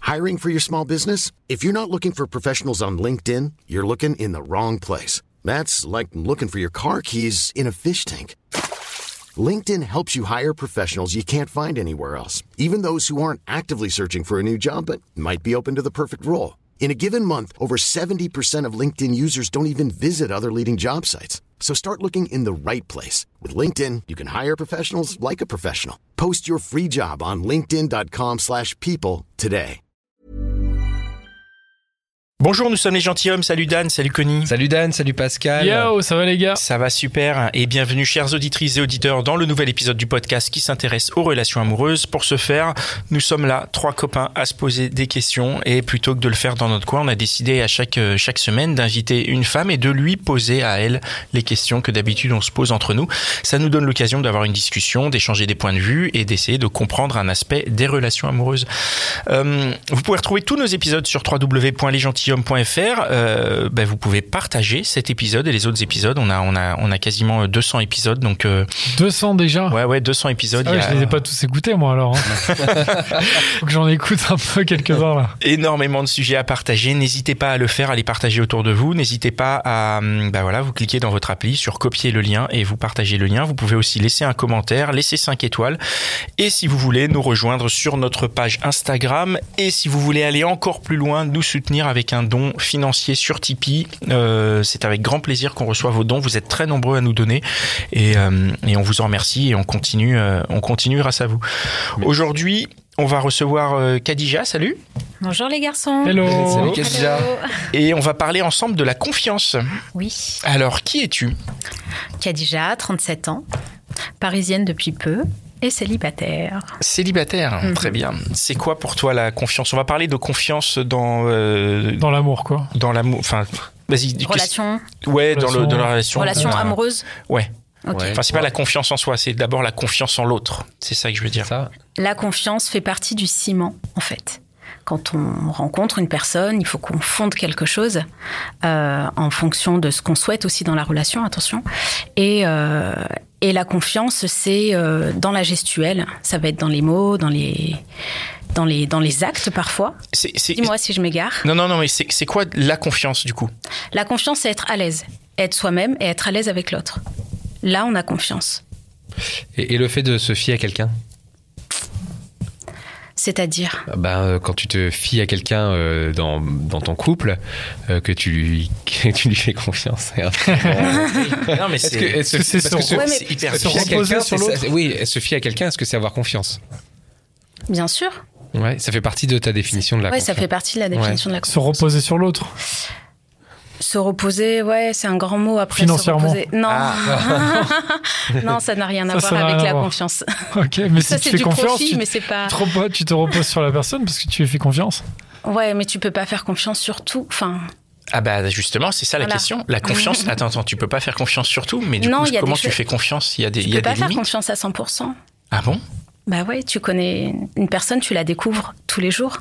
Hiring for your small business? If you're not looking for professionals on LinkedIn, you're looking in the wrong place. That's like looking for your car keys in a fish tank. LinkedIn helps you hire professionals you can't find anywhere else, even those who aren't actively searching for a new job but might be open to the perfect role. In a given month, over 70% of LinkedIn users don't even visit other leading job sites. So start looking in the right place. With LinkedIn, you can hire professionals like a professional. Post your free job on linkedin.com/people today. Bonjour, nous sommes les gentilshommes. Salut Dan, salut Connie. Salut Dan, salut Pascal. Yo, ça va les gars? Ça va super et bienvenue chères auditrices et auditeurs dans le nouvel épisode du podcast qui s'intéresse aux relations amoureuses. Pour ce faire, nous sommes là, 3 copains à se poser des questions et plutôt que de le faire dans notre coin, on a décidé à chaque semaine d'inviter une femme et de lui poser à elle les questions que d'habitude on se pose entre nous. Ça nous donne l'occasion d'avoir une discussion, d'échanger des points de vue et d'essayer de comprendre un aspect des relations amoureuses. Vous pouvez retrouver tous nos épisodes sur www.lesgentilshommes.fr. Vous pouvez partager cet épisode et les autres épisodes. On a quasiment 200 épisodes, donc 200 déjà. Ouais, 200 épisodes. Ah ouais, je les ai pas tous écoutés moi alors. Faut que j'en écoute un peu quelques-uns là. Énormément de sujets à partager. N'hésitez pas à le faire, à les partager autour de vous. N'hésitez pas à, vous cliquez dans votre appli sur copier le lien et vous partagez le lien. Vous pouvez aussi laisser un commentaire, laisser 5 étoiles. Et si vous voulez nous rejoindre sur notre page Instagram et si vous voulez aller encore plus loin, nous soutenir avec un don financier sur Tipeee. C'est avec grand plaisir qu'on reçoit vos dons. Vous êtes très nombreux à nous donner et on vous en remercie et on continue grâce à vous. Aujourd'hui, on va recevoir Khadija. Salut. Bonjour les garçons. Hello. Salut Khadija. Et on va parler ensemble de la confiance. Oui. Alors, qui es-tu? Khadija, 37 ans, parisienne depuis peu. Et célibataire. Célibataire, très bien. C'est quoi pour toi la confiance? On va parler de confiance dans l'amour quoi. Dans l'amour, enfin, vas-y. Relation. Ouais, dans la relation. Relation amoureuse. Ouais. Okay. Enfin, c'est pas la confiance en soi, c'est d'abord la confiance en l'autre. C'est ça que je veux dire. Ça. La confiance fait partie du ciment, en fait. Quand on rencontre une personne, il faut qu'on fonde quelque chose en fonction de ce qu'on souhaite aussi dans la relation, attention. Et la confiance, c'est dans la gestuelle. Ça va être dans les mots, dans les actes parfois. Dis-moi si je m'égare. Non, mais c'est quoi la confiance du coup? La confiance, c'est être à l'aise. Être soi-même et être à l'aise avec l'autre. Là, on a confiance. Et le fait de se fier à quelqu'un? C'est-à-dire quand tu te fies à quelqu'un dans ton couple, que tu lui fais confiance. Non, mais c'est hyper se fier à quelqu'un sur l'autre. Oui, se fier à quelqu'un, est-ce que c'est avoir confiance? Bien sûr. Ouais, ça fait partie de ta définition de la confiance. Ouais, ça fait partie de la définition de la confiance. Se reposer sur l'autre. Se reposer, ouais, c'est un grand mot. Après, financièrement. Se reposer. Non. Non, ça n'a rien à voir avec la confiance. Ok, mais ça, si tu fais confiance, profit, mais c'est pas... tu te reposes sur la personne parce que tu lui fais confiance. Ouais, mais tu peux pas faire confiance sur tout. Enfin... Ah justement, c'est ça la question. La confiance, attends, tu peux pas faire confiance sur tout, mais du coup, comment tu fais confiance? Il y a des limites. Tu peux pas faire confiance à 100%. Ah bon? Bah ouais, tu connais une personne, tu la découvres tous les jours.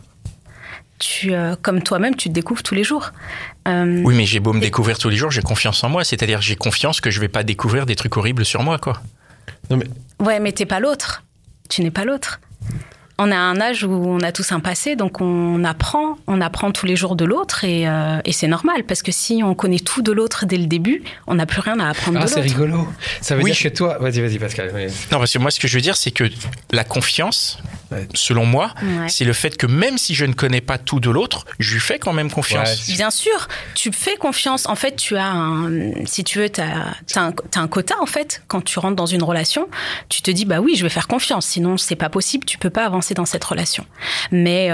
Comme toi-même, tu te découvres tous les jours. Oui, mais j'ai beau me découvrir tous les jours, j'ai confiance en moi. C'est-à-dire, j'ai confiance que je vais pas découvrir des trucs horribles sur moi, quoi. Non, mais... Ouais, mais t'es pas l'autre. Tu n'es pas l'autre. On a un âge où on a tous un passé, donc on apprend tous les jours de l'autre et c'est normal parce que si on connaît tout de l'autre dès le début, on n'a plus rien à apprendre de l'autre. Ah, c'est rigolo. Ça veut dire que toi... Vas-y Pascal. Oui. Non, parce que moi, ce que je veux dire, c'est que la confiance, selon moi, c'est le fait que même si je ne connais pas tout de l'autre, je lui fais quand même confiance. Ouais. Bien sûr, tu fais confiance. En fait, tu as si tu veux, t'as un quota, en fait. Quand tu rentres dans une relation, tu te dis, bah oui, je vais faire confiance. Sinon, c'est pas possible, tu peux pas avancer dans cette relation. Mais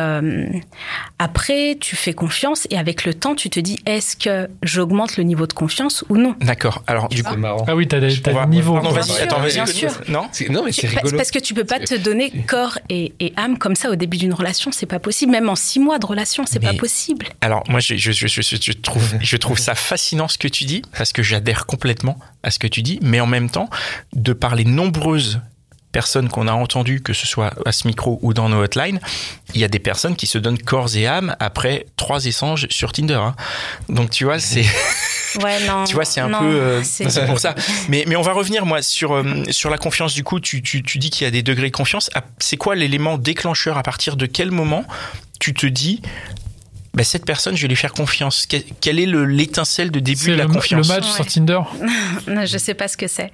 après, tu fais confiance et avec le temps, tu te dis, est-ce que j'augmente le niveau de confiance ou non? D'accord. Alors, du coup... C'est marrant. Ah oui, t'as des niveaux. Pardon, vas-y. Bien sûr. Non, mais c'est rigolo. Parce que tu peux pas te donner corps et âme comme ça au début d'une relation, c'est pas possible. Même en 6 mois de relation, c'est pas possible. Alors, moi, je trouve ça fascinant ce que tu dis, parce que j'adhère complètement à ce que tu dis, mais en même temps, de par les nombreuses personnes qu'on a entendues, que ce soit à ce micro ou dans nos hotlines, il y a des personnes qui se donnent corps et âme après 3 échanges sur Tinder. Hein. Donc, tu vois, c'est... Ouais, non. Tu vois, c'est un non, peu... c'est pour ça. Mais on va revenir, moi, sur la confiance. Du coup, tu dis qu'il y a des degrés de confiance. C'est quoi l'élément déclencheur? À partir de quel moment tu te dis... Ben, cette personne, je vais lui faire confiance. Quelle est l'étincelle de début de la confiance? Le match sur Tinder. Non, je sais pas ce que c'est.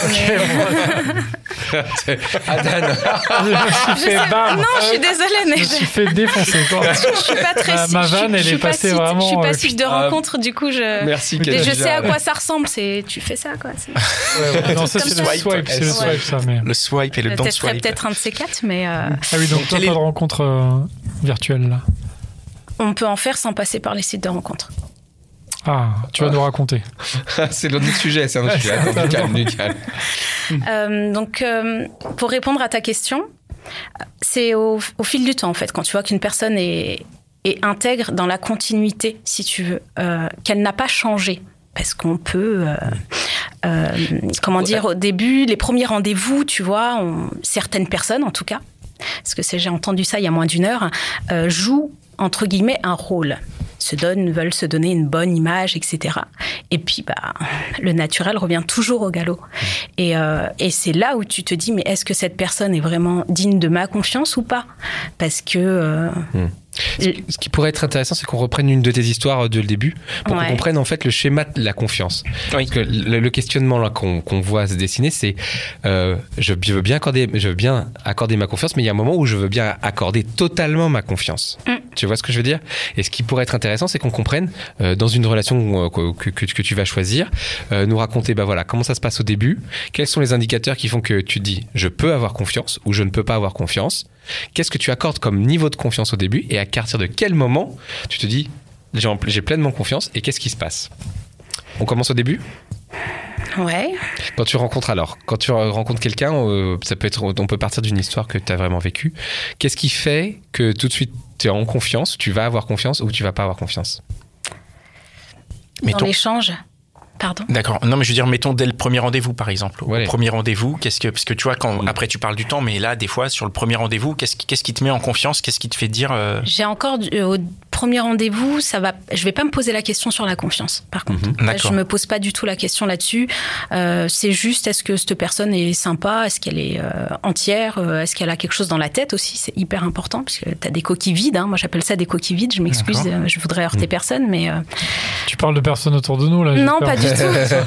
Adan. Je me suis fait bam. Non, je suis désolée, mais Je me suis fait défoncer. Quoi. je suis pas très. Ma vanne, elle est passée vraiment. Je suis pas site de rencontre, du coup, Merci. Et je sais à quoi ça ressemble. Tu fais ça, quoi. Non, ça c'est le swipe, c'est le swipe, ça. Mais... Le swipe et le don't swipe. Peut-être un de ces quatre, mais. Ah oui, donc toi, pas de rencontre virtuelle là. On peut en faire sans passer par les sites de rencontres. Ah, tu vas nous raconter. C'est l'autre sujet, c'est un autre sujet. Attends, du calme. Donc, pour répondre à ta question, c'est au fil du temps, en fait, quand tu vois qu'une personne est intègre dans la continuité, si tu veux, qu'elle n'a pas changé. Parce qu'on peut, comment dire, au début, les premiers rendez-vous, tu vois, certaines personnes, en tout cas, parce que j'ai entendu ça il y a moins d'une heure, jouent entre guillemets un rôle, veulent se donner une bonne image, etc. Et puis le naturel revient toujours au galop. Et c'est là où tu te dis, mais est-ce que cette personne est vraiment digne de ma confiance ou pas? Parce que Ce qui pourrait être intéressant, c'est qu'on reprenne une de tes histoires dès le début pour qu'on comprenne en fait le schéma de la confiance. Oui. Parce que le questionnement là qu'on voit se dessiner, c'est je veux bien accorder ma confiance, mais il y a un moment où je veux bien accorder totalement ma confiance. Tu vois ce que je veux dire? Et ce qui pourrait être intéressant, c'est qu'on comprenne dans une relation que tu vas choisir, nous raconter comment ça se passe au début, quels sont les indicateurs qui font que tu dis je peux avoir confiance ou je ne peux pas avoir confiance. Qu'est-ce que tu accordes comme niveau de confiance au début et à partir de quel moment tu te dis j'ai pleinement confiance et qu'est-ce qui se passe? On commence au début? Ouais. Quand tu rencontres quelqu'un, on peut partir d'une histoire que tu as vraiment vécue. Qu'est-ce qui fait que tout de suite tu es en confiance, tu vas avoir confiance ou tu vas pas avoir confiance? Dans l'échange. Pardon. D'accord. Non, mais je veux dire, mettons dès le premier rendez-vous, par exemple. Ouais. Au premier rendez-vous, parce que tu vois, après tu parles du temps, mais là, des fois, sur le premier rendez-vous, qu'est-ce qui te met en confiance? Qu'est-ce qui te fait dire J'ai encore au premier rendez-vous, je vais pas me poser la question sur la confiance. Par contre, je me pose pas du tout la question là-dessus. C'est juste, est-ce que cette personne est sympa? Est-ce qu'elle est entière? Est-ce qu'elle a quelque chose dans la tête aussi? C'est hyper important parce que t'as des coquilles vides. Moi, j'appelle ça des coquilles vides. Je m'excuse, je voudrais heurter personne, mais. Tu parles de personnes autour de nous là? Non, pas du tout.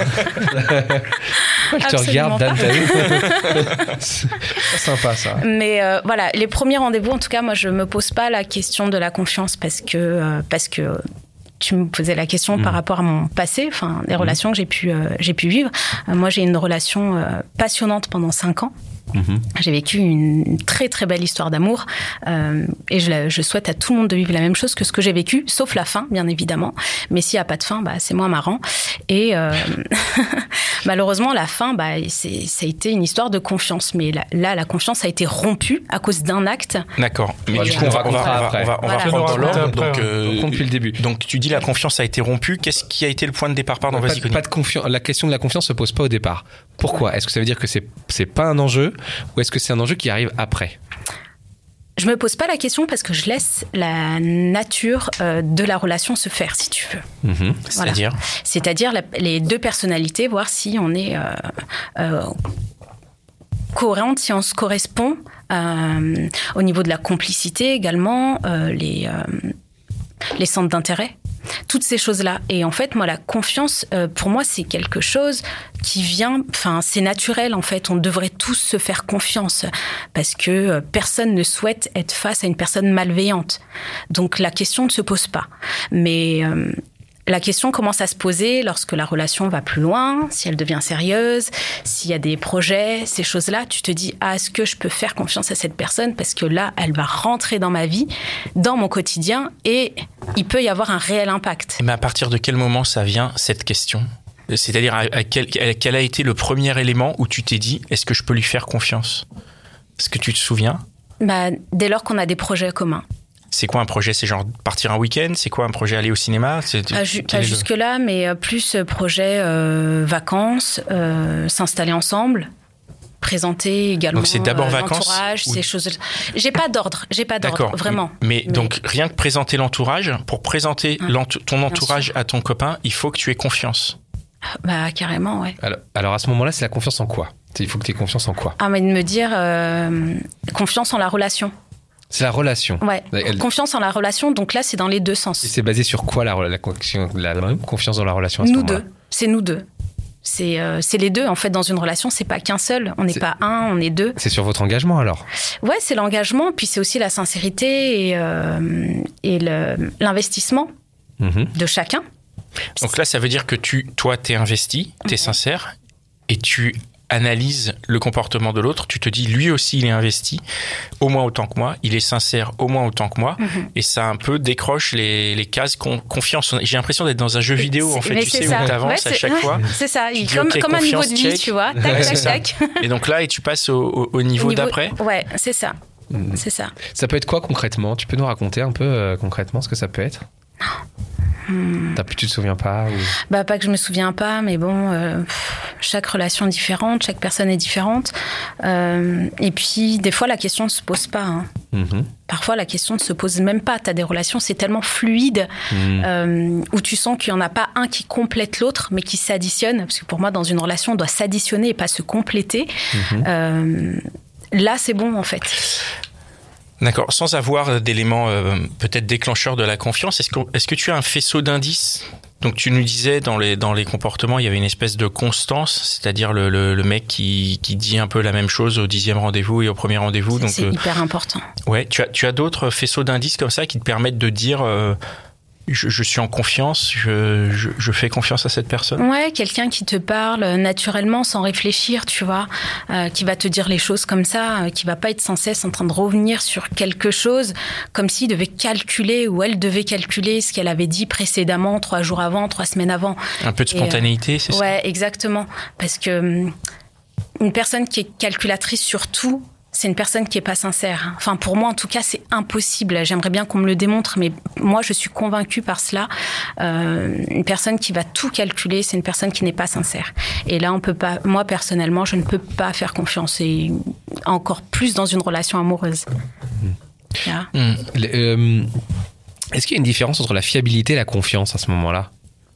Je te regarde, Dan, t'as vu? C'est sympa ça. Mais voilà, les premiers rendez-vous, en tout cas, moi, je me pose pas la question de la confiance parce que tu me posais la question par rapport à mon passé, enfin, les relations que j'ai pu vivre. Moi, j'ai une relation passionnante pendant 5 ans. J'ai vécu une très très belle histoire d'amour et je souhaite à tout le monde de vivre la même chose que ce que j'ai vécu, sauf la fin bien évidemment, mais s'il n'y a pas de fin, c'est moins marrant. Et malheureusement la fin, ça a été une histoire de confiance, mais là la confiance a été rompue à cause d'un acte. D'accord, mais du coup on va reprendre dans l'ordre. Donc depuis le début. Donc tu dis la confiance a été rompue, qu'est-ce qui a été le point de départ? Pardon, vas-y. Pas de confiance. La question de la confiance se pose pas au départ. Pourquoi? Est-ce que ça veut dire que c'est pas un enjeu ou est-ce que c'est un enjeu qui arrive après? Je me pose pas la question parce que je laisse la nature de la relation se faire, si tu veux. C'est-à-dire les deux personnalités, voir si on est cohérente, si on se correspond au niveau de la complicité également, les centres d'intérêt. Toutes ces choses-là. Et en fait, moi, la confiance, pour moi, c'est quelque chose qui vient... Enfin, c'est naturel, en fait. On devrait tous se faire confiance parce que personne ne souhaite être face à une personne malveillante. Donc, la question ne se pose pas. Mais... la question commence à se poser lorsque la relation va plus loin, si elle devient sérieuse, s'il y a des projets, ces choses-là. Tu te dis, est-ce que je peux faire confiance à cette personne? Parce que là, elle va rentrer dans ma vie, dans mon quotidien, et il peut y avoir un réel impact. Mais à partir de quel moment ça vient, cette question? C'est-à-dire, quel a été le premier élément où tu t'es dit, est-ce que je peux lui faire confiance? Est-ce que tu te souviens? Dès lors qu'on a des projets communs. C'est quoi un projet? C'est genre partir un week-end? C'est quoi un projet aller au cinéma? Pas jusque-là, mais plus projet vacances, s'installer ensemble, présenter également. Donc c'est d'abord l'entourage, ces choses. J'ai pas d'ordre, D'accord. vraiment. Mais donc rien que présenter l'entourage, pour présenter ton entourage à ton copain, il faut que tu aies confiance. Bah carrément, ouais. Alors à ce moment-là, c'est la confiance en quoi ? Il faut que tu aies confiance en quoi ? Mais de me dire confiance en la relation. C'est la relation. Ouais. Confiance en la relation, donc là c'est dans les deux sens. Et c'est basé sur quoi la confiance dans la relation à ce moment-là ? C'est nous deux. C'est les deux en fait dans une relation, c'est pas qu'un seul, on n'est pas un, on est deux. C'est sur votre engagement alors ? Ouais, c'est l'engagement, puis c'est aussi la sincérité et l'investissement de chacun. Donc là, ça veut dire que toi, t'es investi, t'es sincère, et tu analyses le comportement de l'autre. Tu te dis, lui aussi, il est investi, au moins autant que moi. Il est sincère, au moins autant que moi. Et ça un peu décroche les cases confiance. J'ai l'impression d'être dans un jeu vidéo, en fait. Tu sais, où t'avances à chaque fois. C'est ça, comme un niveau de vie, tu vois. Tac, tac, tac. Et donc là, tu passes au niveau d'après. Ouais, c'est ça. C'est ça. Ça peut être quoi concrètement ? Tu peux nous raconter un peu concrètement ce que ça peut être ? Tu te souviens pas ou... Pas que je me souviens pas, mais bon, chaque relation est différente, chaque personne est différente. Et puis, des fois, la question ne se pose pas. Hein. Parfois, la question ne se pose même pas. Tu as des relations, c'est tellement fluide, où tu sens qu'il n'y en a pas un qui complète l'autre, mais qui s'additionne. Parce que pour moi, dans une relation, on doit s'additionner et pas se compléter. Là, c'est bon, en fait. D'accord. Sans avoir d'éléments peut-être déclencheurs de la confiance, est-ce que tu as un faisceau d'indices ? Donc tu nous disais dans les comportements, il y avait une espèce de constance, c'est-à-dire le mec qui dit un peu la même chose au 10e rendez-vous et au premier rendez-vous. Donc c'est hyper important. Ouais. Tu as d'autres faisceaux d'indices comme ça qui te permettent de dire je suis en confiance, je fais confiance à cette personne. Ouais, quelqu'un qui te parle naturellement sans réfléchir, tu vois, qui va te dire les choses comme ça, qui va pas être sans cesse en train de revenir sur quelque chose comme s'il devait calculer ou elle devait calculer ce qu'elle avait dit précédemment, 3 jours avant, 3 semaines avant. Un peu de spontanéité, c'est ça ? Ouais, exactement. Parce que une personne qui est calculatrice sur tout, c'est une personne qui n'est pas sincère. Enfin, pour moi, en tout cas, c'est impossible. J'aimerais bien qu'on me le démontre, mais moi, je suis convaincue par cela. Une personne qui va tout calculer, c'est une personne qui n'est pas sincère. Et là, on peut pas. Moi, personnellement, je ne peux pas faire confiance, et encore plus dans une relation amoureuse. Est-ce qu'il y a une différence entre la fiabilité et la confiance à ce moment-là ?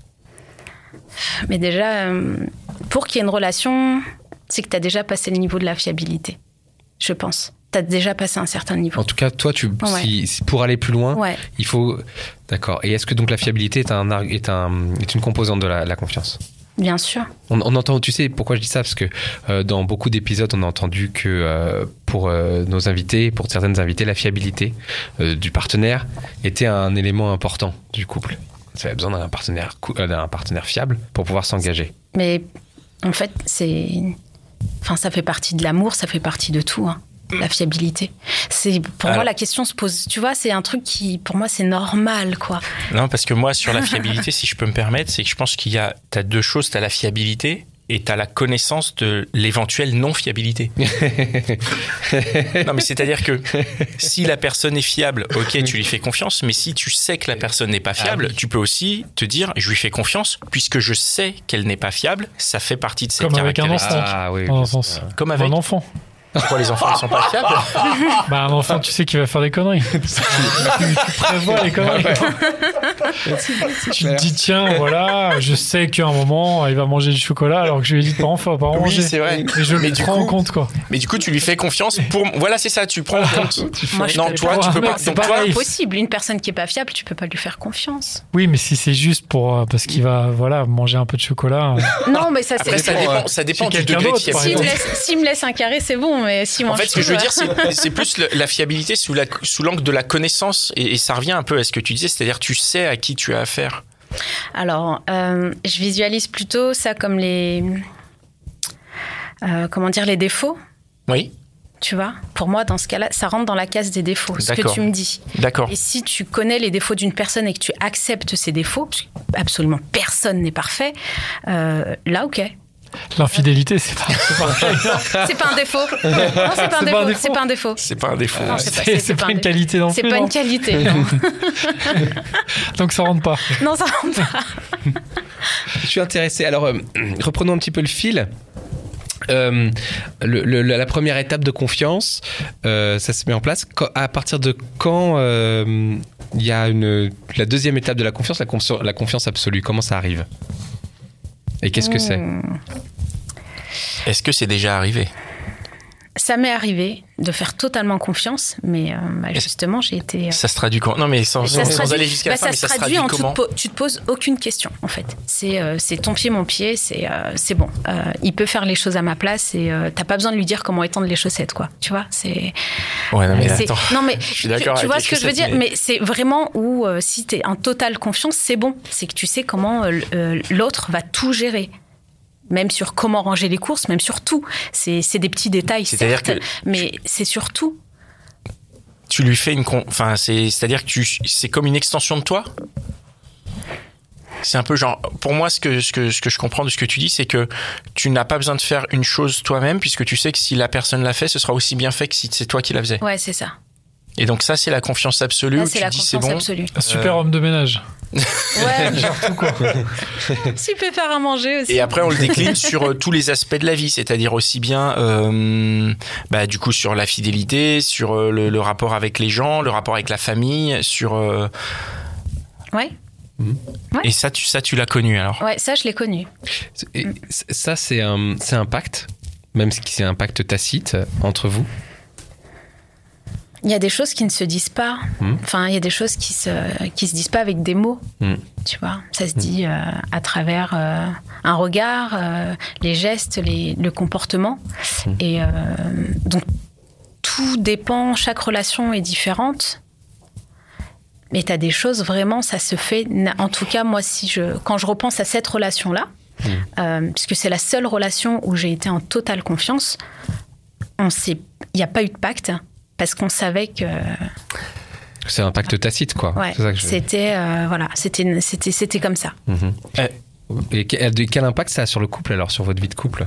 Mais déjà, pour qu'il y ait une relation, c'est que tu as déjà passé le niveau de la fiabilité. Je pense. Tu as déjà passé un certain niveau. En tout cas, toi, pour aller plus loin, il faut... D'accord. Et est-ce que donc la fiabilité est une composante de la confiance ? Bien sûr. On entend, tu sais pourquoi je dis ça ? Parce que dans beaucoup d'épisodes, on a entendu que pour nos invités, pour certaines invités, la fiabilité du partenaire était un élément important du couple. Ça avait besoin d'un partenaire fiable pour pouvoir s'engager. Mais en fait, ça fait partie de l'amour, ça fait partie de tout, hein, la fiabilité. Moi, la question se pose, tu vois, c'est un truc qui, pour moi, c'est normal, quoi. Non, parce que moi, sur la fiabilité, si je peux me permettre, c'est que je pense t'as 2 choses, t'as la fiabilité et t'as la connaissance de l'éventuelle non-fiabilité. Non, mais c'est-à-dire que si la personne est fiable, ok, tu lui fais confiance, mais si tu sais que la personne n'est pas fiable, tu peux aussi te dire, je lui fais confiance, puisque je sais qu'elle n'est pas fiable, ça fait partie de cette caractéristique. Comme avec un enfant. Pourquoi les enfants ne sont pas fiables ? Un enfant, tu sais qu'il va faire des conneries. Tu prévois les conneries. Tu te dis, tiens, voilà, je sais qu'à un moment, il va manger du chocolat, alors que je lui ai dit de pas en manger. Oui, c'est vrai. Et je le prends en compte, quoi. Mais du coup, tu lui fais confiance pour... Voilà, c'est ça, tu prends en compte. Moi, toi, tu peux pas. C'est pas impossible. Une personne qui est pas fiable, tu peux pas lui faire confiance. Oui, mais si c'est juste parce qu'il va, manger un peu de chocolat. Non, mais ça, après, ça dépend du degré de fiabilité. S'il me laisse un carré, c'est bon. Mais si en fait, ce que je veux dire, c'est plus la fiabilité sous l'angle de la connaissance. Et ça revient un peu à ce que tu disais, c'est-à-dire tu sais à qui tu as affaire. Alors, je visualise plutôt ça comme les défauts. Oui. Tu vois, pour moi, dans ce cas-là, ça rentre dans la case des défauts, ce que tu me dis. D'accord. Et si tu connais les défauts d'une personne et que tu acceptes ses défauts, parce qu'absolument personne n'est parfait, là, ok. L'infidélité, c'est pas un défaut. Non, c'est pas un défaut. C'est pas un défaut. C'est pas un défaut. Non, c'est pas une qualité non plus. C'est pas une qualité, non. Donc ça rentre pas. Non, ça rentre pas. Je suis intéressé. Alors, reprenons un petit peu le fil. La première étape de confiance, ça se met en place. À partir de quand il y a la deuxième étape de la confiance absolue, comment ça arrive? Et qu'est-ce que c'est? Est-ce que c'est déjà arrivé? Ça m'est arrivé de faire totalement confiance, mais justement, j'ai été... Ça se traduit comment? Non, mais sans aller jusqu'à la fin, mais ça se traduit comment? Tu te poses aucune question, en fait. C'est ton pied, mon pied, c'est bon. Il peut faire les choses à ma place et t'as pas besoin de lui dire comment étendre les chaussettes, quoi. Tu vois, c'est... Ouais, non, mais attends. Non, mais je suis d'accord tu vois ce que je veux dire? Mais Mais c'est vraiment où, si t'es en totale confiance, c'est bon. C'est que tu sais comment l'autre va tout gérer. Même sur comment ranger les courses, même sur tout. C'est des petits détails, certes, mais c'est surtout... Tu lui fais c'est-à-dire que c'est comme une extension de toi? C'est un peu genre... Pour moi, ce que je comprends de ce que tu dis, c'est que tu n'as pas besoin de faire une chose toi-même, puisque tu sais que si la personne l'a fait, ce sera aussi bien fait que si c'est toi qui la faisais. Ouais, c'est ça. Et donc ça, c'est la confiance absolue. Là, où c'est tu la dis confiance c'est bon. absolue. Un super homme de ménage. Ouais. Genre tout, quoi. Tu peux faire à manger aussi. Et après, on le décline sur tous les aspects de la vie, c'est-à-dire aussi bien, du coup, sur la fidélité, sur le rapport avec les gens, le rapport avec la famille, sur. Ouais. Ouais. Et ça, tu l'as connu alors? Ouais, ça, je l'ai connu. Et ça, c'est un pacte, même si c'est un pacte tacite entre vous. Il y a des choses qui ne se disent pas. Enfin, il y a des choses qui se disent pas avec des mots. Tu vois, ça se dit à travers un regard, les gestes, le comportement. Et donc, tout dépend, chaque relation est différente. Mais tu as des choses, vraiment, ça se fait... En tout cas, moi, quand je repense à cette relation-là, puisque c'est la seule relation où j'ai été en totale confiance, il n'y a pas eu de pacte. Parce qu'on savait que... C'est un pacte tacite, quoi. Ouais, c'est ça que c'était comme ça. Et quel impact ça a sur le couple, alors, sur votre vie de couple?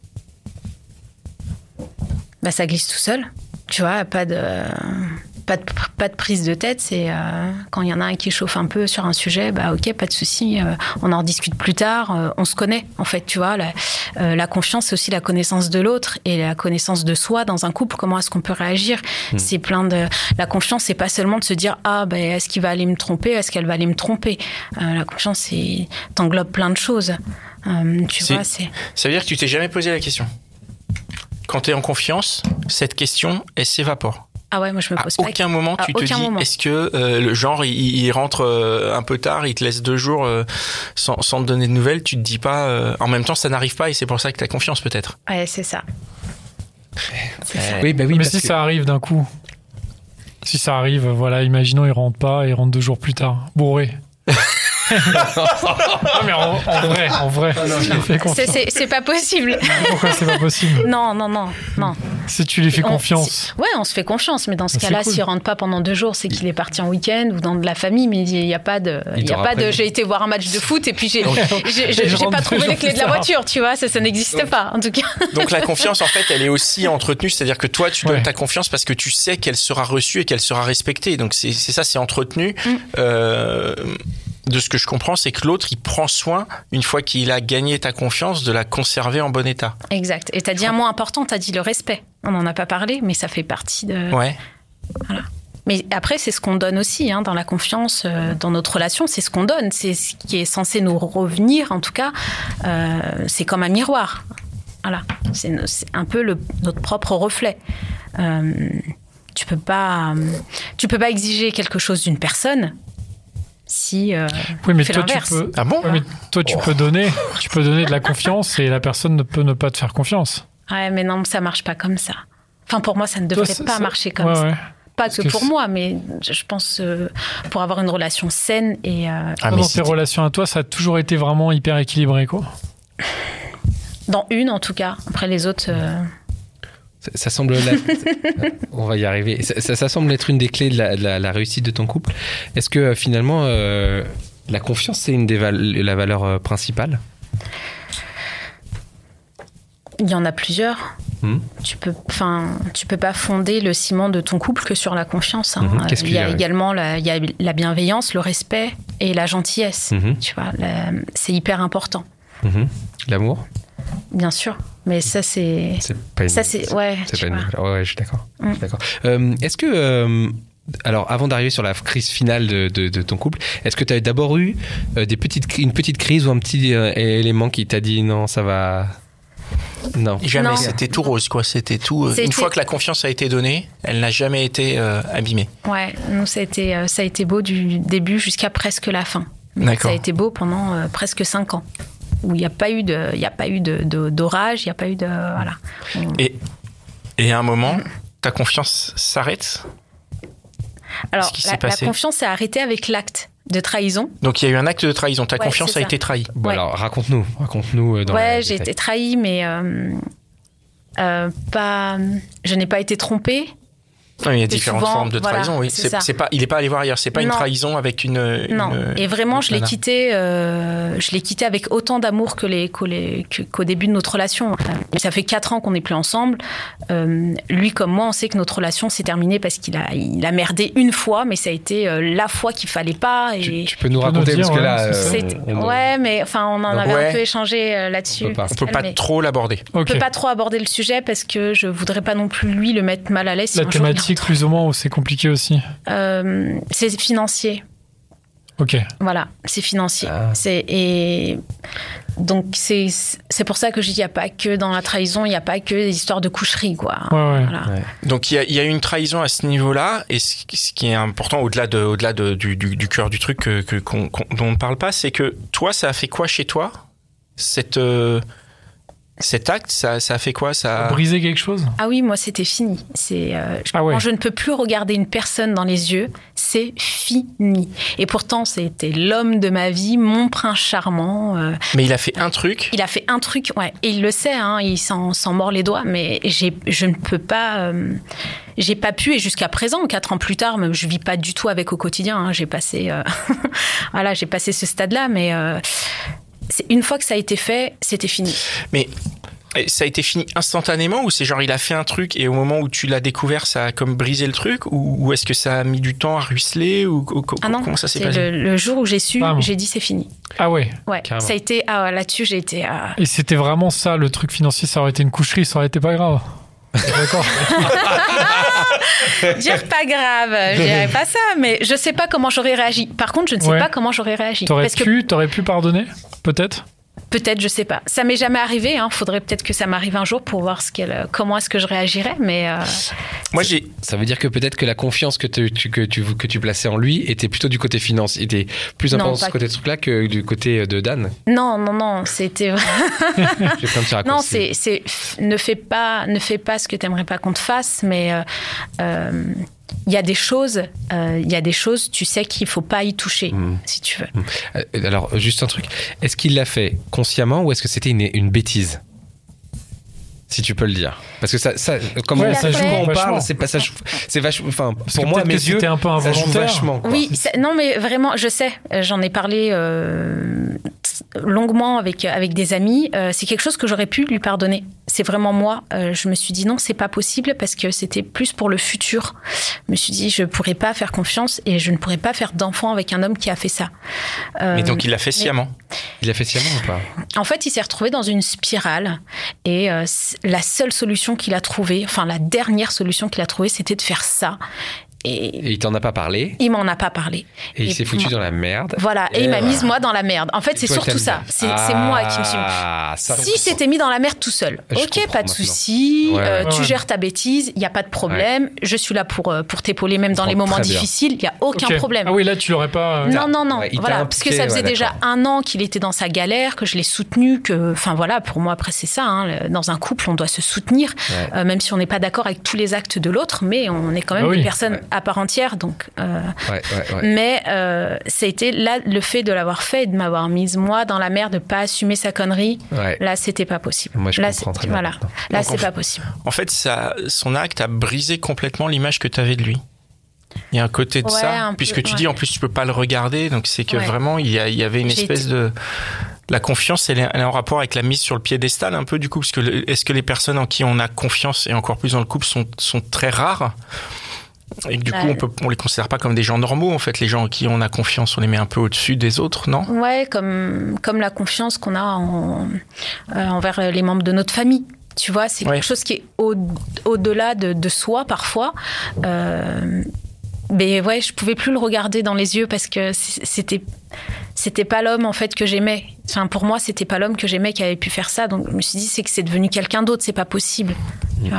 Ça glisse tout seul. Tu vois, pas de prise de tête. C'est quand il y en a un qui chauffe un peu sur un sujet, ok, pas de souci, on en rediscute plus tard, on se connaît, en fait, tu vois. La confiance, c'est aussi la connaissance de l'autre et la connaissance de soi dans un couple. Comment est-ce qu'on peut réagir? C'est plein de... La confiance, c'est pas seulement de se dire est-ce qu'il va aller me tromper, est-ce qu'elle va aller me tromper. La confiance, t'englobe plein de choses. Tu vois, c'est... Ça veut dire que tu t'es jamais posé la question? Quand tu es en confiance, cette question, elle s'évapore. Ah ouais, moi je me pose pas. À aucun moment tu te dis, est-ce que le genre il rentre un peu tard, il te laisse 2 jours sans te donner de nouvelles, tu te dis pas, en même temps ça n'arrive pas et c'est pour ça que tu as confiance peut-être. Ouais, c'est ça. Oui, mais si ça arrive d'un coup, si ça arrive, voilà, imaginons il rentre pas, il rentre 2 jours plus tard, bourré. Non mais en vrai, c'est pas possible. Pourquoi c'est pas possible? Non. Si tu lui fais confiance. Ouais, on se fait confiance, mais dans ce cas-là, cool. S'il rentre pas pendant 2 jours, c'est qu'il est parti en week-end ou dans de la famille, mais il y a pas de, j'ai été voir un match de foot et puis j'ai pas trouvé les clés de la voiture, tu vois, ça n'existe pas en tout cas. Donc la confiance en fait, elle est aussi entretenue, c'est-à-dire que toi tu donnes ta confiance parce que tu sais qu'elle sera reçue et qu'elle sera respectée. Donc c'est ça, c'est entretenu. De ce que je comprends, c'est que l'autre, il prend soin, une fois qu'il a gagné ta confiance, de la conserver en bon état. Exact. Et t'as dit un mot important, t'as dit le respect. On n'en a pas parlé, mais ça fait partie de... Ouais. Voilà. Mais après, c'est ce qu'on donne aussi, dans la confiance, dans notre relation, c'est ce qu'on donne. C'est ce qui est censé nous revenir, en tout cas. C'est comme un miroir. Voilà. C'est un peu notre propre reflet. Tu peux pas exiger quelque chose d'une personne si oui, mais fait toi, l'inverse. Ah bon? Ouais, mais toi, tu peux donner de la confiance et la personne ne peut ne pas te faire confiance. Ouais, mais non, ça marche pas comme ça. Enfin, pour moi, ça ne devrait pas marcher comme ça. Ouais. Pas que pour moi, mais je pense pour avoir une relation saine et... dans tes relations à toi, ça a toujours été vraiment hyper équilibré, quoi? Dans une, en tout cas. Après, les autres... Ça semble... On va y arriver. Ça semble être une des clés de la réussite de ton couple. Est-ce que finalement, la confiance, c'est une la valeur principale? Il y en a plusieurs. Tu peux pas fonder le ciment de ton couple que sur la confiance. Il y a également la bienveillance, le respect et la gentillesse. Tu vois, c'est hyper important. L'amour? Bien sûr. Mais ça, c'est... C'est pas une... Ça, c'est... Ouais, c'est pas une... Ouais, je suis d'accord. Je suis d'accord. Est-ce que... alors, avant d'arriver sur la crise finale de ton couple, est-ce que tu as d'abord eu une petite crise ou un petit élément qui t'a dit non, ça va... Non. Jamais, Non. c'était tout rose, quoi. C'était tout. Une fois que la confiance a été donnée, elle n'a jamais été abîmée. Ouais, nous, ça a été beau du début jusqu'à presque la fin. D'accord. Ça a été beau pendant presque 5 ans. Où il n'y a pas eu d'orage, il n'y a pas eu de... Voilà. Et à un moment, ta confiance s'arrête? Alors, la confiance s'est arrêtée avec l'acte de trahison. Donc, il y a eu un acte de trahison. Ta confiance a ça. été trahie. Bon, Ouais. alors, raconte-nous. Ouais, j'ai été trahie, mais je n'ai pas été trompée. Non, il y a différentes souvent, formes de trahison, voilà, oui. c'est ça. Il n'est pas allé voir ailleurs. C'est pas une Non. trahison avec une... Non, et vraiment, je l'ai nana. quitté avec autant d'amour qu'au début de notre relation. Ça fait 4 ans qu'on n'est plus ensemble. Lui comme moi, on sait que notre relation s'est terminée parce qu'il a merdé une fois, mais ça a été la fois qu'il fallait pas. Et Tu peux nous raconter, dire, parce que ouais, là... ouais, mais enfin, on en avait ouais. un peu échangé là-dessus. On peut pas. On peut pas trop l'aborder. On Ok. peut pas trop aborder le sujet parce que je voudrais pas non plus lui le mettre mal à l'aise. si La un jour il thématique, plus ou moins, où c'est compliqué aussi. c'est financier. Ok. Voilà, c'est financier. Ah. Donc c'est pour ça que je dis il n'y a pas que dans la trahison, il n'y a pas que des histoires de coucherie, quoi. Ouais. Voilà. Ouais. Donc, il y a eu une trahison à ce niveau-là. Et ce qui est important, au-delà du cœur du truc dont on ne parle pas, c'est que toi, ça a fait quoi chez toi? Cet acte, ça a fait quoi? Ça... Briser quelque chose? Ah oui, moi c'était fini. Ah ouais. Quand je ne peux plus regarder une personne dans les yeux, c'est fini. Et pourtant, c'était l'homme de ma vie, mon prince charmant. Mais il a fait un truc. Il a fait un truc, ouais, et il le sait, hein, il s'en mord les doigts, mais je ne peux pas... j'ai pas pu, et jusqu'à présent, 4 ans plus tard, je vis pas du tout avec au quotidien. Hein, j'ai passé ce stade-là, mais une fois que ça a été fait, c'était fini. Mais ça a été fini instantanément, ou c'est genre il a fait un truc et au moment où tu l'as découvert, ça a comme brisé le truc, ou est-ce que ça a mis du temps à ruisseler, ou Ah non, comment ça s'est c'est passé? le jour où j'ai su, Bam. j'ai dit c'est fini. Ah ouais. Ouais, Carrément. ça a été là-dessus, j'ai été. Et c'était vraiment ça, le truc financier, ça aurait été une coucherie, ça aurait été pas grave. D'accord. Dire pas grave, je dirais pas ça, mais je sais pas comment j'aurais réagi. Par contre, je ne sais Ouais. pas comment j'aurais réagi. T'aurais pu pardonner, peut-être. Peut-être, je sais pas. Ça m'est jamais arrivé. Hein. Faudrait peut-être que ça m'arrive un jour pour voir comment est-ce que je réagirais. Mais Moi, Ça veut dire que peut-être que la confiance que tu plaçais en lui était plutôt du côté finance, était plus important de ce côté de truc-là que du côté de Dan. non, c'était. J'ai plein de petits Non, raccourcis. ne fais pas ce que t'aimerais pas qu'on te fasse, mais il y a des choses, tu sais qu'il faut pas y toucher, si tu veux. Alors, juste un truc. Est-ce qu'il l'a fait consciemment ou est-ce que c'était une bêtise? Si tu peux le dire. Parce que ça comme Ouais, on, ça joue quand on vachement. parle, c'est vachement. Enfin, Parce pour que moi, à peut-être mes que yeux, c'était un peu ça joue involontaire. vachement. Quoi. Oui, non, mais vraiment, je sais. J'en ai parlé longuement avec des amis. C'est quelque chose que j'aurais pu lui pardonner. C'est vraiment moi. Je me suis dit non, c'est pas possible parce que c'était plus pour le futur. Je me suis dit je pourrais pas faire confiance et je ne pourrais pas faire d'enfant avec un homme qui a fait ça. mais donc il l'a fait sciemment. Il a fait sciemment ou pas? En fait, il s'est retrouvé dans une spirale et la seule solution qu'il a trouvée, enfin la dernière solution qu'il a trouvée, c'était de faire ça. Et il t'en a pas parlé. Il m'en a pas parlé. Et il s'est foutu dans la merde. Voilà, et il m'a mise moi dans la merde. En fait, c'est toi, surtout t'aimes ça. bien. C'est moi qui me suis. Ça, Si s'était mis dans la merde tout seul, Je ok, comprends pas de maintenant. souci, Ouais. tu Ouais. gères ta bêtise, il n'y a pas de problème. Je suis là pour t'épauler même dans les moments Très bien. difficiles, il n'y a aucun Ok. problème. Ah oui, là, tu l'aurais pas. Non, Ouais, il t'a voilà, parce que impliqué, ça faisait ouais, déjà d'accord. 1 an qu'il était dans sa galère, que je l'ai soutenu, enfin voilà, pour moi après c'est ça, hein, dans un couple on doit se soutenir, Ouais. même si on n'est pas d'accord avec tous les actes de l'autre, mais on est quand même Ah oui. des personnes Ouais. à part entière, donc. Ouais. Mais ça a été là le fait de l'avoir fait et de m'avoir mise moi dans la merde, de pas assumer sa connerie. Ouais. Là, c'était pas possible. Moi, je là, comprends très bien voilà. maintenant. Là, Donc, c'est pas possible. En fait, son acte a brisé complètement l'image que tu avais de lui. Il y a un côté de Ouais, ça, un peu, puisque tu ouais. dis en plus tu peux pas le regarder, donc c'est que Ouais. vraiment il y avait une J'ai espèce de... La confiance, elle est en rapport avec la mise sur le piédestal un peu du coup, parce que est-ce que les personnes en qui on a confiance, et encore plus dans le couple, sont très rares? Et du coup, on les considère pas comme des gens normaux, en fait. Les gens en qui on a confiance, on les met un peu au-dessus des autres, non ? Ouais, comme la confiance qu'on a envers les membres de notre famille. Tu vois, c'est quelque chose qui est au-delà de soi, parfois. Mais ouais, je pouvais plus le regarder dans les yeux parce que c'était pas l'homme, en fait, que j'aimais. Enfin, pour moi, c'était pas l'homme que j'aimais qui avait pu faire ça. Donc, je me suis dit, c'est que c'est devenu quelqu'un d'autre. C'est pas possible. Tu vois ?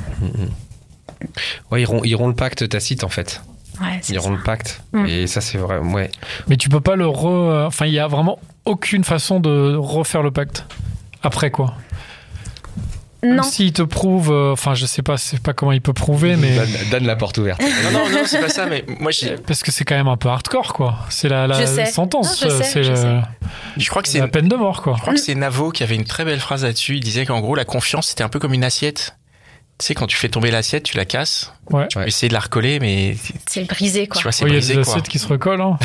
Ouais, ils rompt le pacte tacite, en fait. Ouais, ils rompent le pacte. Et ça, c'est vrai. Ouais. Mais tu peux pas Enfin, il y a vraiment aucune façon de refaire le pacte. Après quoi ? Non. Même s'il te prouve, enfin, je sais pas comment il peut prouver, mais. Donne la porte ouverte. non, c'est pas ça, mais moi, Parce que c'est quand même un peu hardcore, quoi. C'est la sentence. Je crois que c'est la peine de mort, quoi. Je crois que c'est Navo qui avait une très belle phrase là-dessus. Il disait qu'en gros, la confiance, c'était un peu comme une assiette. Tu sais, quand tu fais tomber l'assiette, tu la casses. Ouais. Tu peux essayer de la recoller, mais c'est brisé, quoi. Tu vois, c'est brisé, il y a des quoi. assiettes qui se recollent, hein.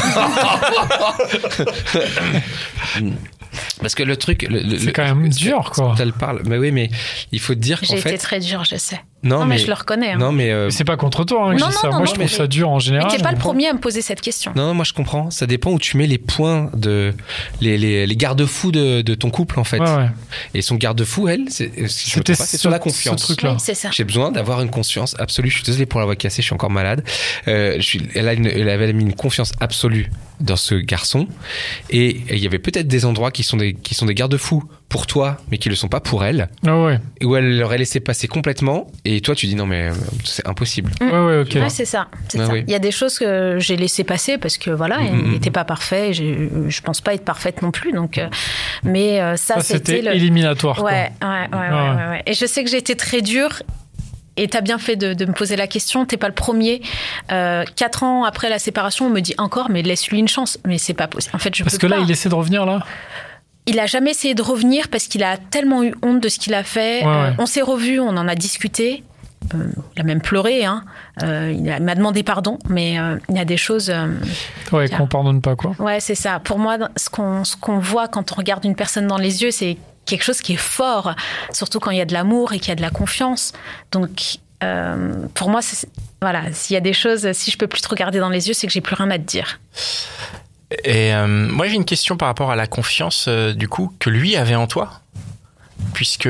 Parce que le truc, c'est quand même dur, quoi. Elle parle, mais oui, mais il faut te dire qu'en fait. J'ai été très dur, je sais. Non, mais je le reconnais. Hein. Non, mais c'est pas contre toi, hein, que je dis ça. Moi, je trouve ça dur en général. Mais t'es pas le premier à me poser cette question. Non, moi je comprends. Ça dépend où tu mets les points les garde-fous de ton couple, en fait. Ouais. Et son garde-fou, c'est sur la confiance. Ce truc-là. Oui, c'est ça. J'ai besoin d'avoir une confiance absolue. Je suis désolé pour la voix cassée, je suis encore malade. Elle avait mis une confiance absolue dans ce garçon. Et il y avait peut-être des endroits qui sont des garde-fous pour toi, mais qui le sont pas pour elle. Ah ouais. Où elle l'aurait laissé passer complètement. Et toi, tu dis non, mais c'est impossible. Ouais, ok. Ouais, c'est ça. Oui. Il y a des choses que j'ai laissé passer parce que voilà, il n'était pas parfait. Je pense pas être parfaite non plus. Donc, mais ça, c'était éliminatoire. Ouais. Et je sais que j'ai été très dure. Et t'as bien fait de me poser la question. T'es pas le premier. 4 ans après la séparation, on me dit encore, mais laisse-lui une chance. Mais c'est pas possible. En fait, parce que là, il essaie de revenir là. Il a jamais essayé de revenir parce qu'il a tellement eu honte de ce qu'il a fait. Ouais. On s'est revus, on en a discuté. Il a même pleuré. Hein. Il m'a demandé pardon, mais il y a des choses. Qu'on pardonne pas, quoi. Ouais, c'est ça. Pour moi, ce qu'on voit quand on regarde une personne dans les yeux, c'est quelque chose qui est fort, surtout quand il y a de l'amour et qu'il y a de la confiance. Donc, pour moi, voilà, s'il y a des choses, si je peux plus te regarder dans les yeux, c'est que j'ai plus rien à te dire. Et moi, j'ai une question par rapport à la confiance, du coup, que lui avait en toi, puisque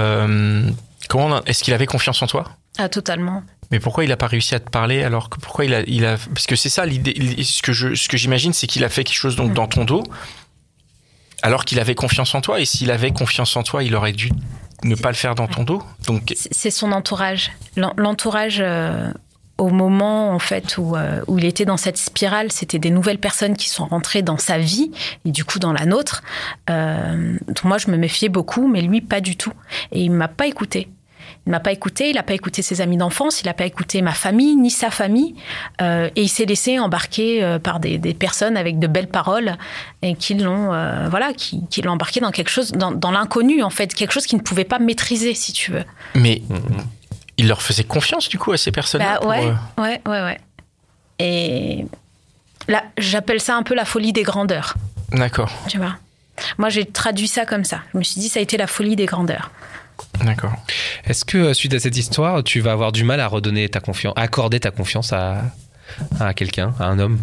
est-ce qu'il avait confiance en toi ? Ah, totalement. Mais pourquoi il n'a pas réussi à te parler alors que pourquoi il a parce que c'est ça l'idée. Ce que j'imagine, c'est qu'il a fait quelque chose donc dans ton dos, alors qu'il avait confiance en toi. Et s'il avait confiance en toi, il aurait dû ne pas le faire dans ton dos. Donc c'est son entourage. L'entourage. Au moment en fait où il était dans cette spirale, c'était des nouvelles personnes qui sont rentrées dans sa vie et du coup dans la nôtre. Donc moi je me méfiais beaucoup, mais lui pas du tout. Et il m'a pas écouté. Il m'a pas écouté. Il a pas écouté ses amis d'enfance. Il a pas écouté ma famille ni sa famille. Et il s'est laissé embarquer par des personnes avec de belles paroles et qui l'ont qui l'ont embarqué dans quelque chose, dans l'inconnu en fait, quelque chose qu'il ne pouvait pas maîtriser si tu veux. Mais il leur faisait confiance, du coup, à ces personnes-là. Ouais. Et là, j'appelle ça un peu la folie des grandeurs. D'accord. Tu vois. Moi, j'ai traduit ça comme ça. Je me suis dit, ça a été la folie des grandeurs. D'accord. Est-ce que, suite à cette histoire, tu vas avoir du mal à redonner ta confiance, à accorder ta confiance à quelqu'un, à un homme ?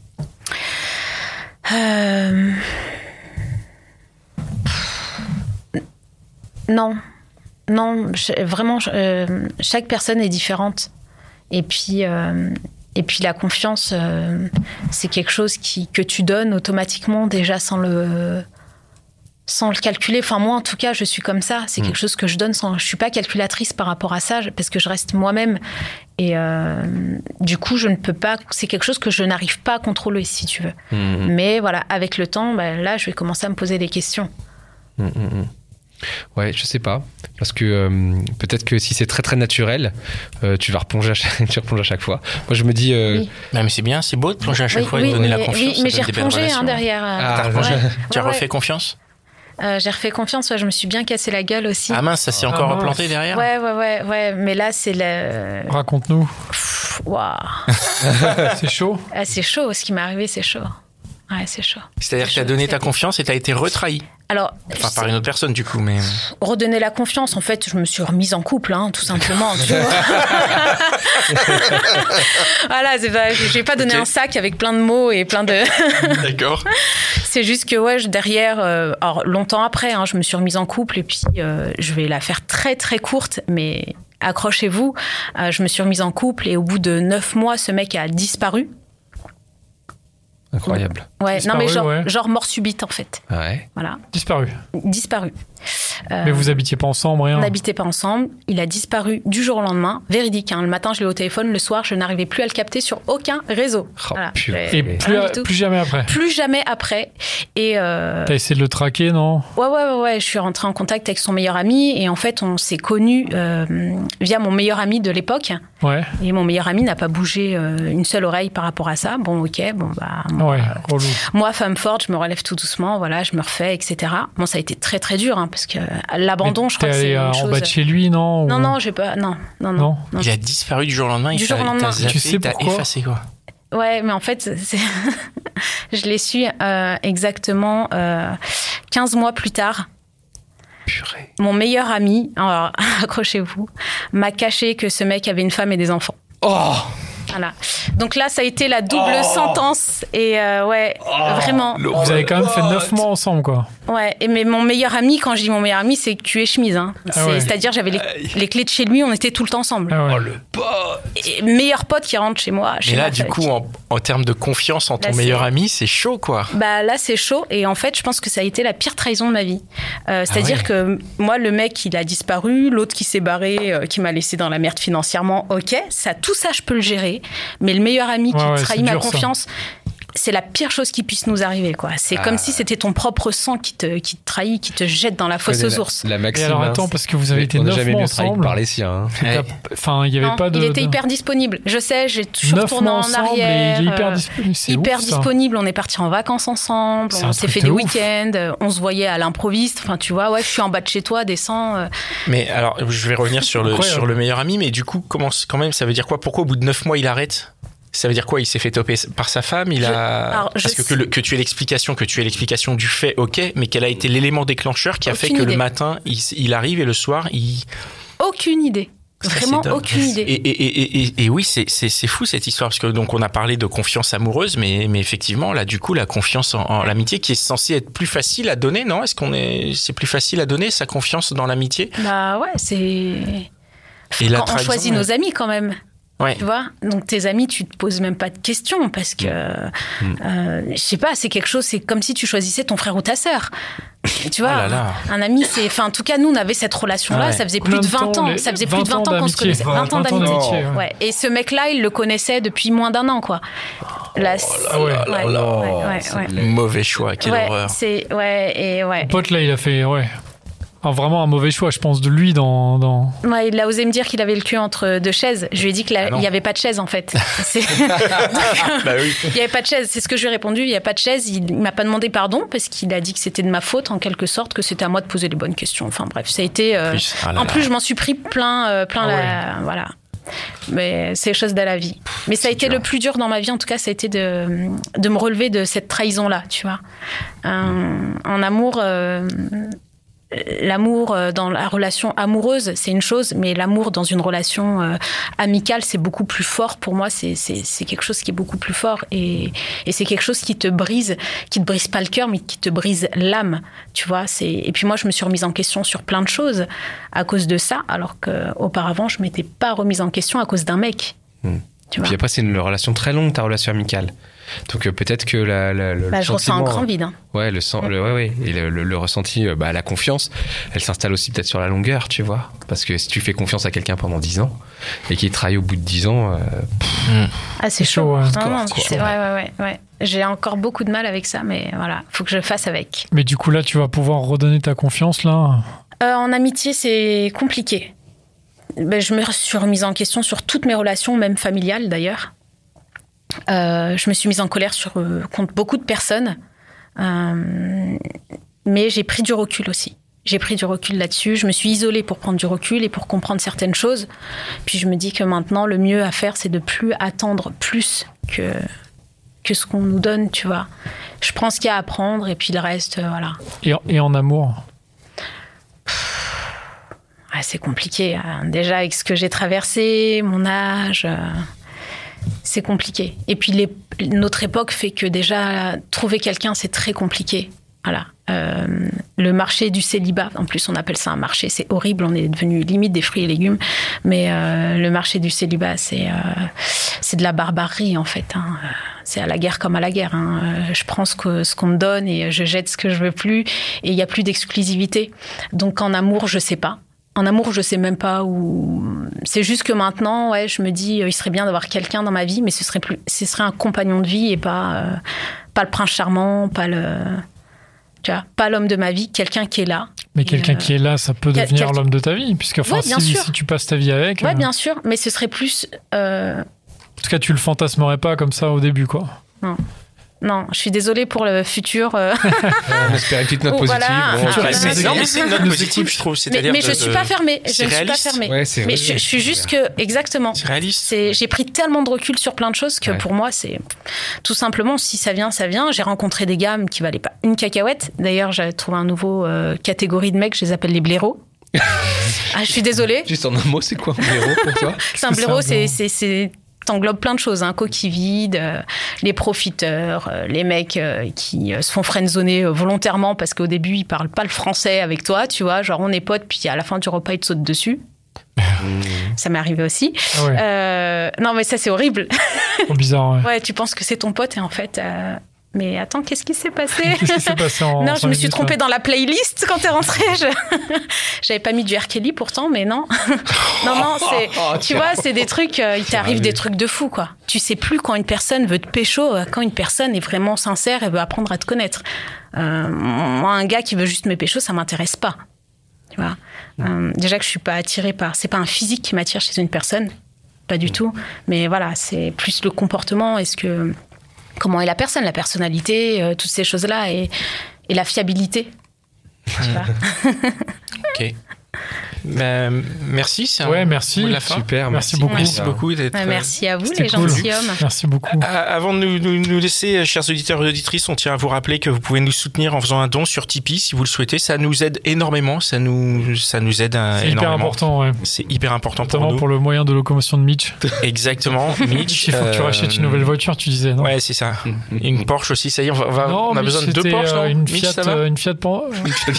Non. Non, vraiment, chaque personne est différente. Et puis la confiance, c'est quelque chose que tu donnes automatiquement déjà sans le calculer. Enfin, moi, en tout cas, je suis comme ça. C'est quelque chose que je donne je suis pas calculatrice par rapport à ça parce que je reste moi-même. Et du coup, je ne peux pas. C'est quelque chose que je n'arrive pas à contrôler, si tu veux. Mais voilà, avec le temps, là, je vais commencer à me poser des questions. Ouais, je sais pas. Parce que peut-être que si c'est très très naturel, tu vas replonger à chaque fois. Moi, je me dis. Oui. Non, mais c'est bien, c'est beau de plonger à chaque fois et de donner la confiance. Oui, mais j'ai replongé derrière. Tu as refait confiance ? J'ai refait confiance, je me suis bien cassé la gueule aussi. Ah mince, ça s'est encore replanté derrière ? Ouais, mais là, c'est le. Raconte-nous. Waouh. C'est chaud ? C'est chaud, ce qui m'est arrivé, c'est chaud. Ouais, c'est chaud. C'est-à-dire que tu as donné ta confiance et tu as été retrahi. Alors, par une autre personne, du coup, mais... Redonner la confiance, en fait, je me suis remise en couple, tout simplement. Tu vois. Voilà, je vais pas donner un sac avec plein de mots et plein de... D'accord. C'est juste que, derrière, alors, longtemps après, je me suis remise en couple et puis je vais la faire très, très courte, mais accrochez-vous. Je me suis remise en couple et au bout de 9 mois, ce mec a disparu. Incroyable. Ouais, Disparu, non mais genre mort subite en fait. Ouais. Voilà. Disparu. Mais vous habitiez pas ensemble, rien? On n'habitait pas ensemble. Il a disparu du jour au lendemain. Véridique. Le matin, je l'ai au téléphone. Le soir, je n'arrivais plus à le capter sur aucun réseau. Oh, voilà. Et plus jamais après. Plus jamais après. Et t'as essayé de le traquer, non? Ouais. Je suis rentrée en contact avec son meilleur ami et en fait, on s'est connus via mon meilleur ami de l'époque. Ouais. Et mon meilleur ami n'a pas bougé une seule oreille par rapport à ça. Bon, ok, moi, femme forte, je me relève tout doucement, voilà, je me refais, etc. Bon, ça a été très très dur, parce que l'abandon, je crois que c'est une chose... en bas de chez lui, non? Non, j'ai pas... Non. Il a disparu du jour au lendemain. Du jour au lendemain. Tu sais pourquoi? Effacé, quoi. Ouais, mais en fait, je l'ai su exactement 15 mois plus tard. Purée. Mon meilleur ami, alors accrochez-vous, m'a caché que ce mec avait une femme et des enfants. Oh! Voilà. Donc là, ça a été la double sentence. Et vraiment. Vous avez quand même fait 9 mois ensemble, quoi. Ouais, mais mon meilleur ami, quand je dis mon meilleur ami, c'est cul et chemise. C'est-à-dire, j'avais les clés de chez lui, on était tout le temps ensemble. Ah ouais. Oh, le pote! Et meilleur pote qui rentre chez moi. Mais là, du coup, en termes de confiance en ton meilleur ami, c'est chaud, quoi. Bah là, c'est chaud. Et en fait, je pense que ça a été la pire trahison de ma vie. C'est-à-dire que moi, le mec, il a disparu, l'autre qui s'est barré, qui m'a laissé dans la merde financièrement, ok, tout ça, je peux le gérer. Mais le meilleur ami qui trahit ma confiance, c'est la pire chose qui puisse nous arriver, quoi. C'est comme si c'était ton propre sang qui te trahit, qui te jette dans la fosse aux ours. La maxime, et alors attends, parce que vous avez été 9 mois ensemble. Par les siens. Enfin, il y avait pas de. Il était hyper disponible. Je sais, j'ai toujours tourné en arrière. Et il est hyper disponible. C'est hyper ouf, disponible. On est partis en vacances ensemble. On s'est fait des week-ends. On se voyait à l'improviste. Enfin, tu vois, je suis en bas de chez toi, descends. Mais alors, je vais revenir sur le meilleur ami. Mais du coup, quand même, ça veut dire quoi? Pourquoi au bout de 9 mois, il arrête? Ça veut dire quoi? Il s'est fait toper par sa femme? Parce que tu aies l'explication du fait, ok, mais quel a été l'élément déclencheur qui a fait que le matin, il arrive et le soir, il... Aucune idée. Vraiment aucune idée. Et oui, c'est fou cette histoire, parce que donc on a parlé de confiance amoureuse, mais effectivement, là, du coup, la confiance en l'amitié qui est censée être plus facile à donner, non? C'est plus facile à donner, sa confiance dans l'amitié? Bah ouais, c'est... Et quand on choisit nos amis, quand même. Ouais. Tu vois, donc tes amis, tu te poses même pas de questions parce que, je sais pas, c'est quelque chose, c'est comme si tu choisissais ton frère ou ta sœur. Tu vois, un ami, c'est, en tout cas, nous, on avait cette relation-là, ça faisait plus de 20 ans, ça faisait plus de 20 ans qu'on se connaissait, 20 ans d'amitié. Ouais. Et ce mec-là, il le connaissait depuis moins d'1 an, quoi. Là, mauvais choix, quelle horreur. Mon pote, là, il a fait, vraiment un mauvais choix, je pense, de lui dans... Ouais, il a osé me dire qu'il avait le cul entre 2 chaises. Je lui ai dit qu'il n'y avait pas de chaise, en fait. Bah oui. Il n'y avait pas de chaise. C'est ce que je lui ai répondu. Il n'y a pas de chaise. Il ne m'a pas demandé pardon parce qu'il a dit que c'était de ma faute, en quelque sorte, que c'était à moi de poser les bonnes questions. Enfin bref, ça a été... En plus, je m'en suis pris plein voilà. Mais c'est les choses de la vie. Mais ça a été le plus dur dans ma vie, en tout cas, ça a été de me relever de cette trahison-là, tu vois. En amour... L'amour dans la relation amoureuse, c'est une chose, mais l'amour dans une relation amicale, c'est beaucoup plus fort. Pour moi, c'est quelque chose qui est beaucoup plus fort et c'est quelque chose qui te brise pas le cœur, mais qui te brise l'âme, tu vois. Et puis moi, je me suis remise en question sur plein de choses à cause de ça, alors qu'auparavant, je m'étais pas remise en question à cause d'un mec. Tu vois. Puis après, c'est une relation très longue, ta relation amicale. Donc peut-être que je ressens un grand vide. Ouais, et le ressenti, la confiance, elle s'installe aussi peut-être sur la longueur, tu vois. Parce que si tu fais confiance à quelqu'un pendant 10 ans et qu'il trahit au bout de 10 ans, c'est chaud. Ouais. J'ai encore beaucoup de mal avec ça, mais voilà, faut que je fasse avec. Mais du coup là, tu vas pouvoir redonner ta confiance là. En amitié, c'est compliqué. Je me suis remise en question sur toutes mes relations, même familiales d'ailleurs. Je me suis mise en colère contre beaucoup de personnes, mais j'ai pris du recul aussi. J'ai pris du recul là-dessus. Je me suis isolée pour prendre du recul et pour comprendre certaines choses. Puis je me dis que maintenant, le mieux à faire, c'est de plus attendre plus que ce qu'on nous donne, tu vois. Je prends ce qu'il y a à prendre et puis le reste, voilà. Et en amour? C'est compliqué. Déjà, avec ce que j'ai traversé, mon âge, c'est compliqué. Et puis, notre époque fait que déjà, trouver quelqu'un, c'est très compliqué. Voilà. Le marché du célibat, en plus, on appelle ça un marché. C'est horrible, on est devenu limite des fruits et légumes. Mais le marché du célibat, c'est de la barbarie, en fait. C'est à la guerre comme à la guerre. Je prends ce qu'on me donne et je jette ce que je veux plus. Et il n'y a plus d'exclusivité. Donc, en amour, je sais pas. En amour, je sais même pas où. C'est juste que maintenant, je me dis, il serait bien d'avoir quelqu'un dans ma vie, mais ce serait un compagnon de vie et pas le prince charmant, pas l'homme de ma vie, quelqu'un qui est là. Mais quelqu'un qui est là, ça peut devenir l'homme de ta vie, puisque si tu passes ta vie avec. Ouais, bien sûr, mais ce serait plus. En tout cas, tu le fantasmerais pas comme ça au début, quoi. Non, je suis désolée pour le futur. On espère une petite note positive. Non, mais c'est une note positive, je trouve. Mais je ne suis pas fermée. Je ne suis pas fermée. Ouais, c'est mais je suis juste que, exactement. C'est réaliste. J'ai pris tellement de recul sur plein de choses que pour moi, c'est tout simplement, si ça vient, ça vient. J'ai rencontré des gars qui valaient pas une cacahuète. D'ailleurs, j'ai trouvé un nouveau catégorie de mecs, je les appelle les blaireaux. Je suis désolée. Juste en un mot, c'est quoi un blaireau pour toi? C'est un blaireau, c'est t'englobe plein de choses, coquilles vides, les profiteurs, les mecs qui se font friendzoner volontairement parce qu'au début ils parlent pas le français avec toi, tu vois, genre on est potes puis à la fin du repas ils te sautent dessus. Ça m'est arrivé aussi. Non mais ça c'est horrible. Trop bizarre. Ouais, tu penses que c'est ton pote et en fait. Mais attends, qu'est-ce qui s'est passé? Non, je me suis trompée dans la playlist quand t'es rentrée. J'avais pas mis du R. Kelly pourtant, mais non. non, tu vois, c'est des trucs, il t'arrive des trucs de fou, quoi. Tu sais plus quand une personne veut te pécho, quand une personne est vraiment sincère et veut apprendre à te connaître. Moi, un gars qui veut juste me pécho, ça m'intéresse pas. Tu vois. Déjà que je suis pas attirée c'est pas un physique qui m'attire chez une personne. Pas du tout. Mais voilà, c'est plus le comportement. Comment est la personne, la personnalité, toutes ces choses-là et la fiabilité. Ok. Merci. Merci. De la fin. Super. Merci beaucoup. Merci beaucoup d'être. Merci à vous, C'était les cool. gentilshommes. Merci beaucoup. Avant de nous laisser, chers auditeurs et auditrices, on tient à vous rappeler que vous pouvez nous soutenir en faisant un don sur Tipeee si vous le souhaitez. Ça nous aide énormément. Ça nous aide énormément. C'est hyper important, ouais. C'est hyper important notamment pour nous. Pour le moyen de locomotion de Mitch. Exactement. Mitch. Il faut que tu rachètes une nouvelle voiture, tu disais, non? Ouais, c'est ça. Une Porsche aussi, ça y est, on a besoin de 2 Porsche, non? Une Fiat Panda.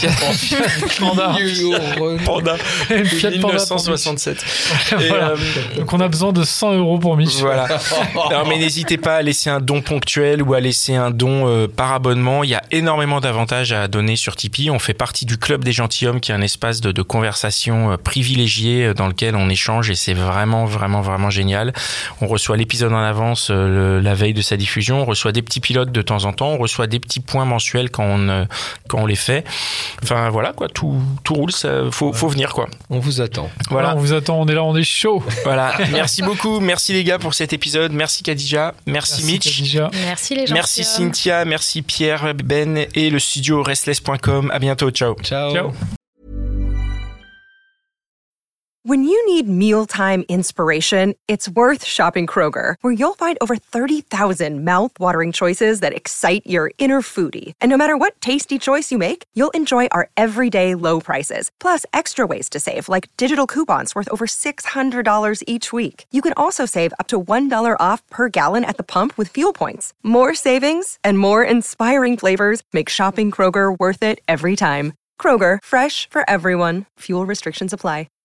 Une Fiat Panda 1967. Voilà. Donc on a besoin de 100 € pour Mitch. Voilà. Non, mais n'hésitez pas à laisser un don ponctuel ou à laisser un don par abonnement. Il y a énormément d'avantages à donner sur Tipeee. On fait partie du Club des Gentilshommes, qui est un espace de conversation privilégié dans lequel on échange et c'est vraiment, vraiment, vraiment génial. On reçoit l'épisode en avance la veille de sa diffusion. On reçoit des petits pilotes de temps en temps. On reçoit des petits points mensuels quand on les fait. Enfin voilà quoi, tout roule. Faut venir quoi. On vous attend. Voilà. On vous attend, on est là, on est chaud. Voilà. Merci beaucoup. Merci les gars pour cet épisode. Merci Khadija. Merci Mitch. Khadija. Merci les gens. Merci Cynthia. Merci Pierre, Ben et le studio restless.com. À bientôt. Ciao. Ciao. When you need mealtime inspiration, it's worth shopping Kroger, where you'll find over 30,000 mouth-watering choices that excite your inner foodie. And no matter what tasty choice you make, you'll enjoy our everyday low prices, plus extra ways to save, like digital coupons worth over $600 each week. You can also save up to $1 off per gallon at the pump with fuel points. More savings and more inspiring flavors make shopping Kroger worth it every time. Kroger, fresh for everyone. Fuel restrictions apply.